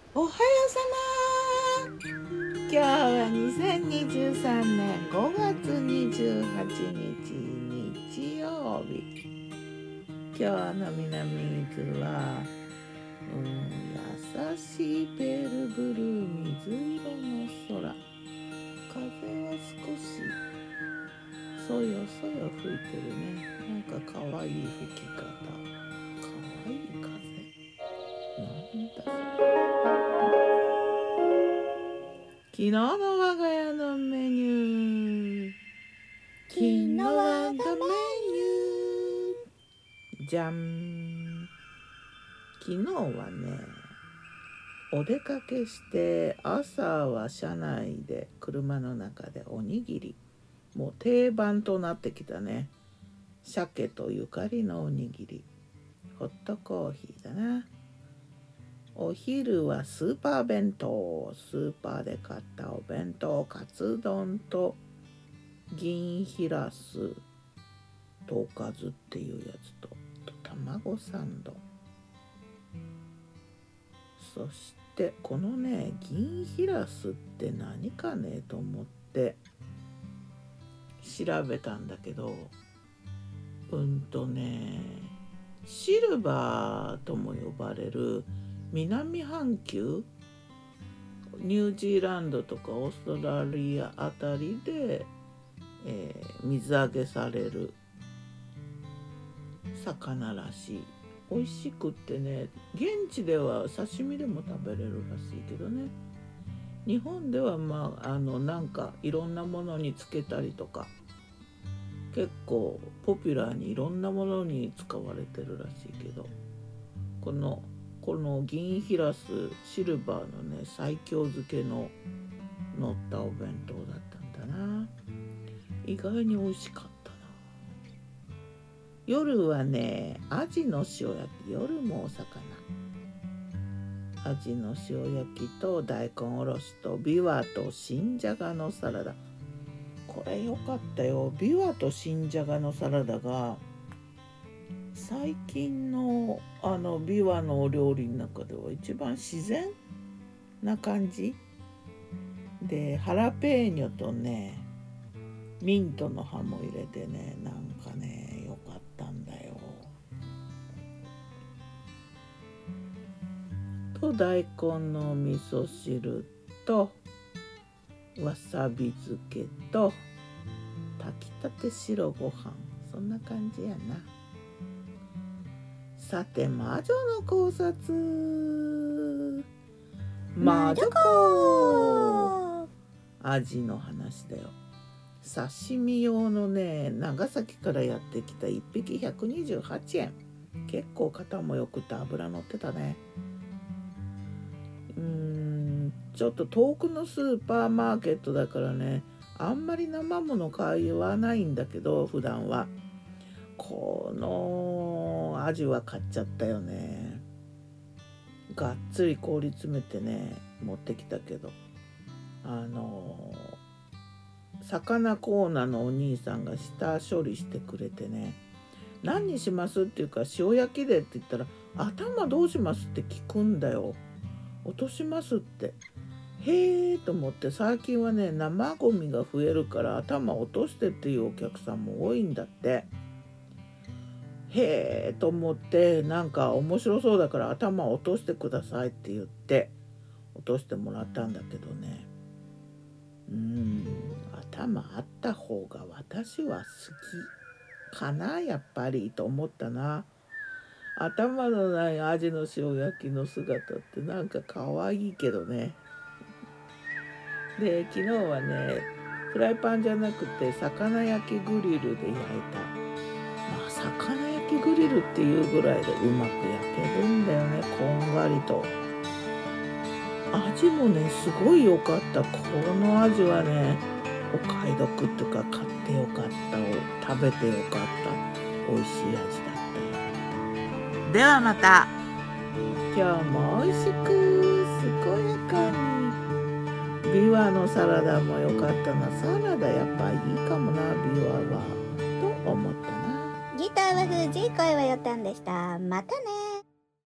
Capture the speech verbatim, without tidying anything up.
おはようさま。今日はにせんにじゅうさんねんごがつにじゅうはちにち日曜日。今日の南伊豆は、うん、優しいペールブルー水色の空。風は少しそよそよ吹いてるね。なんかかわいい吹き方。かわいい風。なんだそれ。昨日の我が家のメニュー。昨日我がメニュー。じゃん。昨日はね、お出かけして朝は車内で車の中でおにぎり。もう定番となってきたね。鮭とゆかりのおにぎり。ホットコーヒーだな。お昼はスーパー弁当。スーパーで買ったお弁当、カツ丼と銀ヒラスとおかずっていうやつと、と卵サンド。そしてこのね、銀ヒラスって何かねと思って調べたんだけど、うんとね、シルバーとも呼ばれる南半球、ニュージーランドとかオーストラリアあたりで、えー水揚げされる魚らしい。美味しくってね、現地では刺身でも食べれるらしいけどね。日本ではまああのなんかいろんなものにつけたりとか、結構ポピュラーにいろんなものに使われてるらしいけど、このこの銀ヒラスシルバーのね、西京漬けの乗ったお弁当だったんだな。意外に美味しかったな。夜はね、アジの塩焼き。夜もお魚。アジの塩焼きと大根おろしとビワと新じゃがのサラダ。これよかったよ。ビワと新じゃがのサラダが最近のあのビワのお料理の中では一番自然な感じで、ハラペーニョとね、ミントの葉も入れてね、なんかねよかったんだよ。と大根の味噌汁とわさび漬けと炊きたて白ご飯。そんな感じやな。さて、魔女の考察。魔女子。アジの話だよ。刺身用のね、長崎からやってきたいっぴきひゃくにじゅうはちえん。結構肩もよくて脂乗ってたね。うーんちょっと遠くのスーパーマーケットだからね、あんまり生もの買わないんだけど、普段はこのアジは買っちゃったよね。がっつり氷詰めてね持ってきたけど、あの魚コーナーのお兄さんが下処理してくれてね、何にしますっていうか、塩焼きでって言ったら、頭どうしますって聞くんだよ。落としますって。へえと思って、最近はね、生ゴミが増えるから頭落としてっていうお客さんも多いんだって。へえと思って、なんか面白そうだから頭落としてくださいって言って落としてもらったんだけどね、うーん頭あった方が私は好きかな、やっぱりと思ったな。頭のないアジの塩焼きの姿ってなんか可愛いけどね。で、昨日はね、フライパンじゃなくて魚焼きグリルで焼いた。まあ魚焼きグリルっていうぐらいでうまく焼けるんだよね、こんがりと。味もねすごい良かった。この味はねお買い得っていうか、買ってよかった、食べてよかった、美味しい味だったよ。ではまた。今日も美味しく健やかに。ビワのサラダも良かったな。サラダやっぱいいかもな、ビワはと思ったな。 ギターは藤井、声はよたんでした。またね。